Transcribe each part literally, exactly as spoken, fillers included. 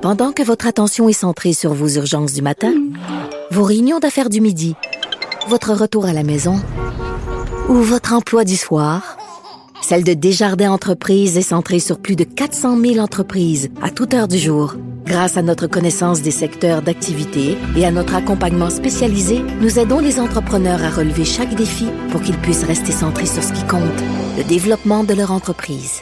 Pendant que votre attention est centrée sur vos urgences du matin, vos réunions d'affaires du midi, votre retour à la maison ou votre emploi du soir, celle de Desjardins Entreprises est centrée sur plus de quatre cent mille entreprises à toute heure du jour. Grâce à notre connaissance des secteurs d'activité et à notre accompagnement spécialisé, nous aidons les entrepreneurs à relever chaque défi pour qu'ils puissent rester centrés sur ce qui compte, le développement de leur entreprise.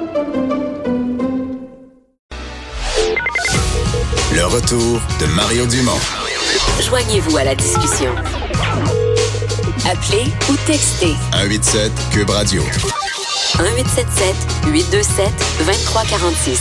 Le retour de Mario Dumont. Joignez-vous à la discussion. Appelez ou textez. un huit sept Cube Radio. un huit sept sept huit deux sept deux trois quatre six.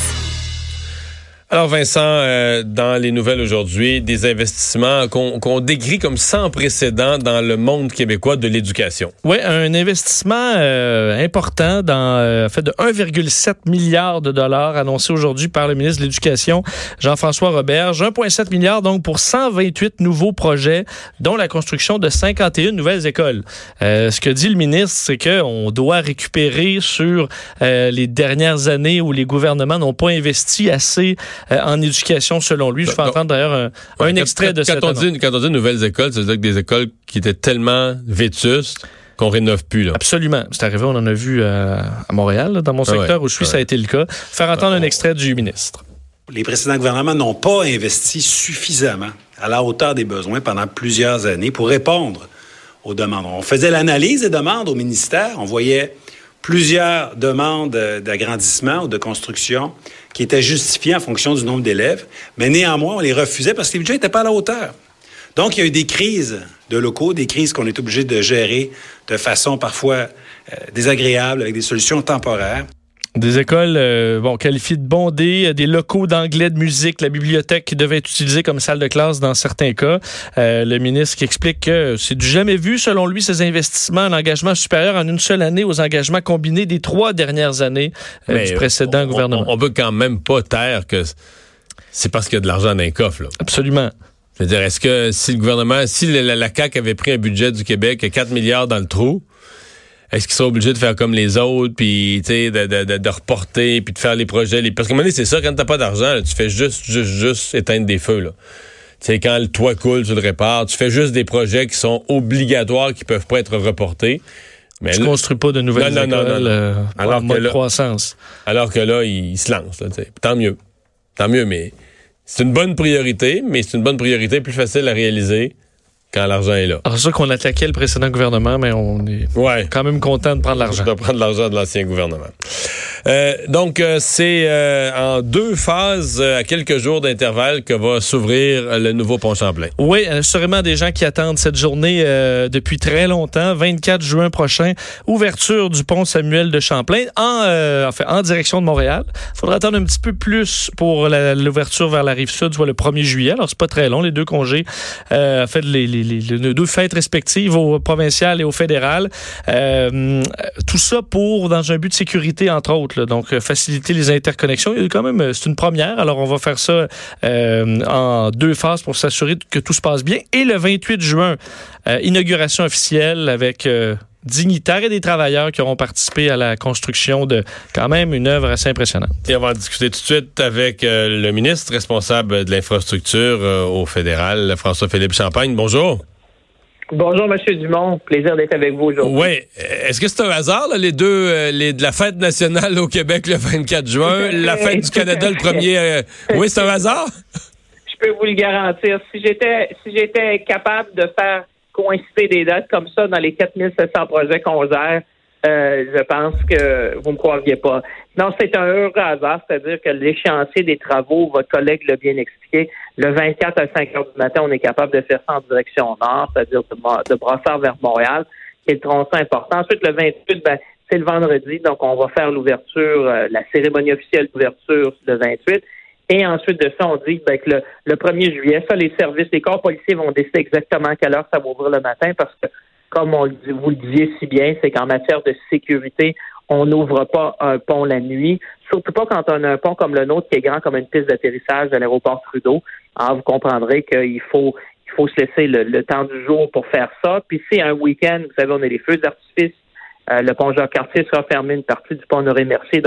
Alors Vincent, euh, dans les nouvelles aujourd'hui, des investissements qu'on, qu'on décrit comme sans précédent dans le monde québécois de l'éducation. Oui, un investissement euh, important dans euh, fait de un virgule sept milliard de dollars annoncé aujourd'hui par le ministre de l'Éducation, Jean-François Roberge. un virgule sept milliard donc pour cent vingt-huit nouveaux projets, dont la construction de cinquante et une nouvelles écoles. Euh, ce que dit le ministre, c'est qu'on doit récupérer sur euh, les dernières années où les gouvernements n'ont pas investi assez Euh, en éducation, selon lui. Je fais entendre d'ailleurs un, ouais, un quand, extrait quand, de quand cette on dit, quand on dit nouvelles écoles, ça veut dire que des écoles qui étaient tellement vétustes qu'on rénove plus. Là. Absolument. C'est arrivé, on en a vu à, à Montréal, là, dans mon secteur ah ouais, où je suis, ouais. ça a été le cas. Faire entendre ouais, un extrait du ministre. Les précédents gouvernements n'ont pas investi suffisamment à la hauteur des besoins pendant plusieurs années pour répondre aux demandes. On faisait l'analyse des demandes au ministère, on voyait plusieurs demandes d'agrandissement ou de construction qui étaient justifiées en fonction du nombre d'élèves, mais néanmoins, on les refusait parce que les budgets n'étaient pas à la hauteur. Donc, il y a eu des crises de locaux, des crises qu'on est obligé de gérer de façon parfois euh, désagréable, avec des solutions temporaires. Des écoles euh, bon, qualifiées de bondées, des locaux d'anglais, de musique, la bibliothèque qui devait être utilisée comme salle de classe dans certains cas. Euh, le ministre qui explique que c'est du jamais vu, selon lui, ces investissements, un engagement supérieur en une seule année aux engagements combinés des trois dernières années euh, du précédent on, gouvernement. On, on peut quand même pas taire que c'est parce qu'il y a de l'argent dans les coffres. Là. Absolument. Je veux dire, est-ce que si le gouvernement, si la, la C A Q avait pris un budget du Québec à quatre milliards dans le trou, est-ce qu'ils sont obligés de faire comme les autres, puis tu sais, de, de, de, de reporter, puis de faire les projets? Les... Parce qu'à un moment donné, c'est ça, quand t'as pas d'argent, là, tu fais juste, juste, juste éteindre des feux. Tu sais, quand le toit coule, tu le répares. Tu fais juste des projets qui sont obligatoires, qui peuvent pas être reportés. Mais tu là, construis pas de nouvelles non, écoles non, non, non. Euh, alors en mode là, croissance. Alors que là, il, il se lance. Là, tant mieux. Tant mieux, mais c'est une bonne priorité, mais c'est une bonne priorité plus facile à réaliser quand l'argent est là. Alors, c'est sûr qu'on attaquait le précédent gouvernement, mais on est ouais. quand même content de prendre l'argent. De prendre l'argent de l'ancien gouvernement. Euh, donc, euh, c'est euh, en deux phases, euh, à quelques jours d'intervalle, que va s'ouvrir euh, le nouveau pont Champlain. Oui, assurément des gens qui attendent cette journée euh, depuis très longtemps. vingt-quatre juin prochain, ouverture du pont Samuel de Champlain en, euh, enfin, en direction de Montréal. Il faudra attendre un petit peu plus pour la, l'ouverture vers la Rive-Sud, soit le premier juillet. Alors, c'est pas très long, les deux congés. Euh, en fait, les, les, les, les deux fêtes respectives, au provincial et au fédéral. Euh, tout ça pour, dans un but de sécurité, entre autres. Là, donc, faciliter les interconnexions. Il y a quand même, c'est une première. Alors, on va faire ça euh, en deux phases pour s'assurer que tout se passe bien. Et le vingt-huit juin, euh, inauguration officielle avec euh, dignitaires et des travailleurs qui auront participé à la construction de quand même une œuvre assez impressionnante. Et on va en discuter tout de suite avec euh, le ministre responsable de l'infrastructure euh, au fédéral, François-Philippe Champagne. Bonjour. Bonjour, M. Dumont. Plaisir d'être avec vous aujourd'hui. Oui. Est-ce que c'est un hasard, là, les deux, euh, les, de la fête nationale au Québec le vingt-quatre juin, la fête du Canada le premier... Euh... Oui, c'est un hasard? Je peux vous le garantir. Si j'étais, si j'étais capable de faire coïncider des dates comme ça dans les quatre mille sept cents projets qu'on gère, euh, je pense que vous ne me croiriez pas. Non, c'est un heureux hasard, c'est-à-dire que l'échéancier des travaux, votre collègue l'a bien expliqué, le vingt-quatre à cinq heures du matin, on est capable de faire ça en direction nord, c'est-à-dire de, de Brossard vers Montréal, qui est le tronçon important. Ensuite, le vingt-huit, ben, c'est le vendredi, donc on va faire l'ouverture, euh, la cérémonie officielle d'ouverture le vingt-huit. Et ensuite de ça, on dit ben, que le, le premier juillet, ça, les services, les corps policiers vont décider exactement à quelle heure ça va ouvrir le matin parce que, comme on, vous le disiez si bien, c'est qu'en matière de sécurité, on n'ouvre pas un pont la nuit, surtout pas quand on a un pont comme le nôtre qui est grand comme une piste d'atterrissage de l'aéroport Trudeau. Alors, vous comprendrez qu'il faut, il faut se laisser le, le temps du jour pour faire ça. Puis si un week-end, vous savez, on a les feux d'artifice, euh, le pont Jacques-Cartier sera fermé une partie du pont Honoré-Mercier, donc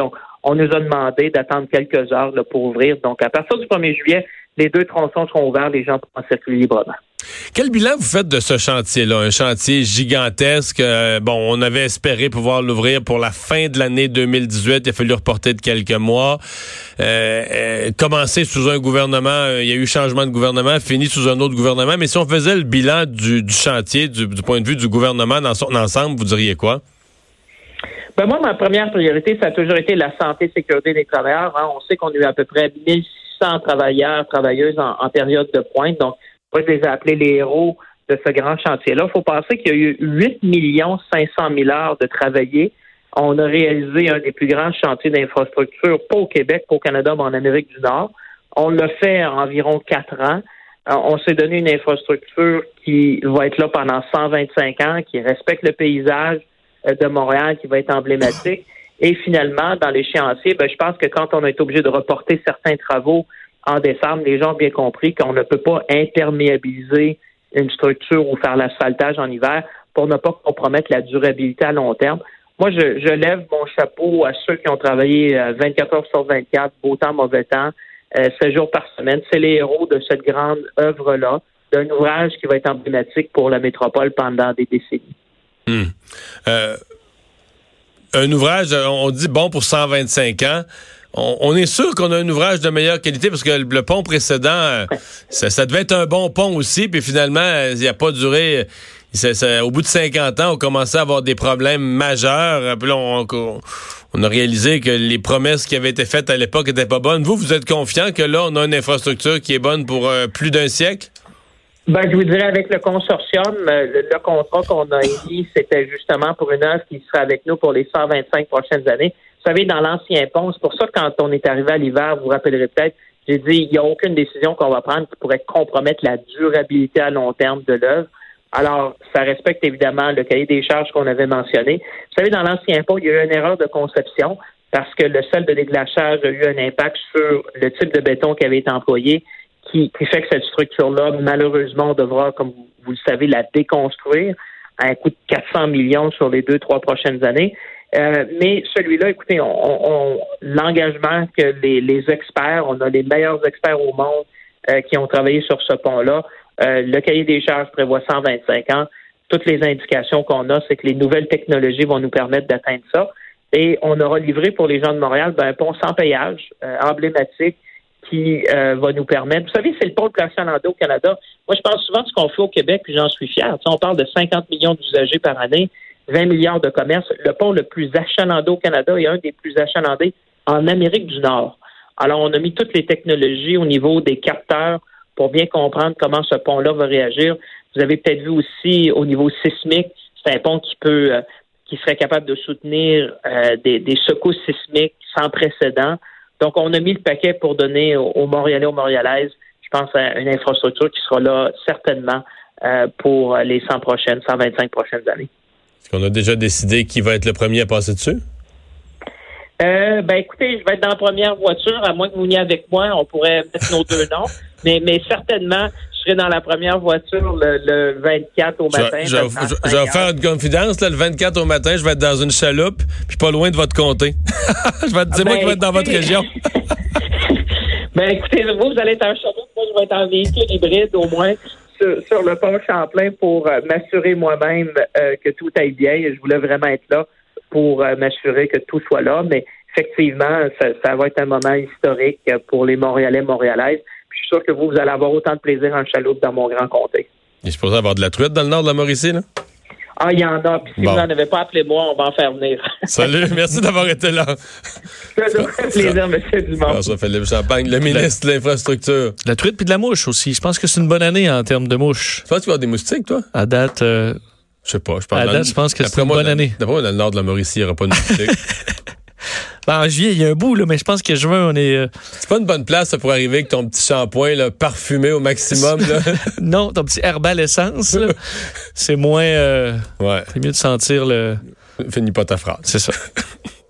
On nous a demandé d'attendre quelques heures là, pour ouvrir. Donc, à partir du premier juillet, les deux tronçons seront ouverts, les gens pourront circuler librement. Quel bilan vous faites de ce chantier-là? Un chantier gigantesque. Euh, bon, on avait espéré pouvoir l'ouvrir pour la fin de l'année deux mille dix-huit. Il a fallu reporter de quelques mois. Euh, euh, commencer sous un gouvernement, euh, il y a eu changement de gouvernement, fini sous un autre gouvernement. Mais si on faisait le bilan du, du chantier, du, du point de vue du gouvernement dans son ensemble, vous diriez quoi? Ben moi, ma première priorité, ça a toujours été la santé et sécurité des travailleurs. Hein. On sait qu'on a eu à peu près mille six cents travailleurs, travailleuses en, en période de pointe. Donc, moi, je les ai appelés les héros de ce grand chantier-là. Il faut penser qu'il y a eu huit millions cinq cent mille heures de travaillés. On a réalisé un des plus grands chantiers d'infrastructure, pas au Québec, pas au Canada, mais en Amérique du Nord. On l'a fait en environ quatre ans. On s'est donné une infrastructure qui va être là pendant cent vingt-cinq ans, qui respecte le paysage de Montréal, qui va être emblématique. Et finalement, dans l'échéancier, ben, je pense que quand on a été obligé de reporter certains travaux en décembre, les gens ont bien compris qu'on ne peut pas imperméabiliser une structure ou faire l'asphaltage en hiver pour ne pas compromettre la durabilité à long terme. Moi, je, je lève mon chapeau à ceux qui ont travaillé vingt-quatre heures sur vingt-quatre, beau temps, mauvais temps, euh, sept jours par semaine. C'est les héros de cette grande œuvre-là, d'un ouvrage qui va être emblématique pour la métropole pendant des décennies. Hum. Euh, un ouvrage, on dit bon pour cent vingt-cinq ans. On, on est sûr qu'on a un ouvrage de meilleure qualité parce que le, le pont précédent, ça, ça devait être un bon pont aussi, puis finalement, il n'a pas duré. Ça, ça, au bout de cinquante ans, on commençait à avoir des problèmes majeurs. Puis là, on, on, on a réalisé que les promesses qui avaient été faites à l'époque n'étaient pas bonnes. Vous, vous êtes confiant que là, on a une infrastructure qui est bonne pour euh, plus d'un siècle? Ben, je vous dirais, avec le consortium, le, le contrat qu'on a émis, c'était justement pour une œuvre qui sera avec nous pour les cent vingt-cinq prochaines années. Vous savez, dans l'ancien pont, c'est pour ça que quand on est arrivé à l'hiver, vous vous rappellerez peut-être, j'ai dit, il n'y a aucune décision qu'on va prendre qui pourrait compromettre la durabilité à long terme de l'œuvre. Alors, ça respecte évidemment le cahier des charges qu'on avait mentionné. Vous savez, dans l'ancien pont, il y a eu une erreur de conception parce que le sel de déglachage a eu un impact sur le type de béton qui avait été employé. Qui, qui fait que cette structure-là, malheureusement, on devra, comme vous, vous le savez, la déconstruire à un coût de quatre cents millions sur les deux, trois prochaines années. Euh, mais celui-là, écoutez, on, on, l'engagement que les, les experts, on a les meilleurs experts au monde euh, qui ont travaillé sur ce pont-là. Euh, le cahier des charges prévoit cent vingt-cinq ans. Toutes les indications qu'on a, c'est que les nouvelles technologies vont nous permettre d'atteindre ça. Et on aura livré pour les gens de Montréal ben, un pont sans péage, euh, emblématique, qui euh, va nous permettre. Vous savez, c'est le pont de l'achalandé au Canada. Moi, je pense souvent de ce qu'on fait au Québec, puis j'en suis fier. Tu sais, on parle de cinquante millions d'usagers par année, vingt milliards de commerces. Le pont le plus achalandé au Canada est un des plus achalandés en Amérique du Nord. Alors, on a mis toutes les technologies au niveau des capteurs pour bien comprendre comment ce pont-là va réagir. Vous avez peut-être vu aussi au niveau sismique, c'est un pont qui peut, euh, qui serait capable de soutenir euh, des, des secousses sismiques sans précédent. Donc, on a mis le paquet pour donner aux, aux Montréalais, aux Montréalaises, je pense, à une infrastructure qui sera là certainement euh, pour les cent prochaines, cent vingt-cinq prochaines années. Est-ce qu'on a déjà décidé qui va être le premier à passer dessus? Euh, ben, écoutez, je vais être dans la première voiture, à moins que vous veniez avec moi, on pourrait mettre nos deux noms, mais, mais certainement, je serai dans la première voiture le, le vingt-quatre au matin. Je, je, je, je vais faire une confidence, là, le vingt-quatre au matin, je vais être dans une chaloupe, puis pas loin de votre comté. je vais te dire, ben, moi qui vais être dans votre région. ben, écoutez, vous, vous allez être en chaloupe, moi, je vais être en véhicule hybride, au moins, sur, sur le pont Champlain pour euh, m'assurer moi-même euh, que tout aille bien. Je voulais vraiment être là pour euh, m'assurer que tout soit là, mais effectivement, ça, ça va être un moment historique pour les Montréalais, Montréalaises. Puis je suis sûr que vous, vous allez avoir autant de plaisir en chaloupe dans mon grand comté. Il est supposé avoir de la truite dans le nord de la Mauricie, là? Ah, il y en a. Puis si bon. Vous n'en avez pas, appelez-moi, on va en faire venir. Salut, merci d'avoir été là. Ça nous fait plaisir, M. Dumont. François-Philippe Champagne, le ministre de l'Infrastructure. De la truite puis de la mouche aussi. Je pense que c'est une bonne année en termes de mouches. Tu penses qu'il va y avoir des moustiques, toi? À date... Euh... Je sais pas. Je pense à date, je pense que c'est une bonne moi, année. D'après moi, dans le nord de la Mauricie, il n'y aura pas de moustiques. Ben, en juillet, il y a un bout, là, mais je pense que juin, on est... Euh... C'est pas une bonne place ça, pour arriver avec ton petit shampoing là, parfumé au maximum. Là. Non, ton petit Herbal Essence, là, c'est moins... Euh... Ouais. C'est mieux de sentir le... Finis pas ta phrase. C'est ça.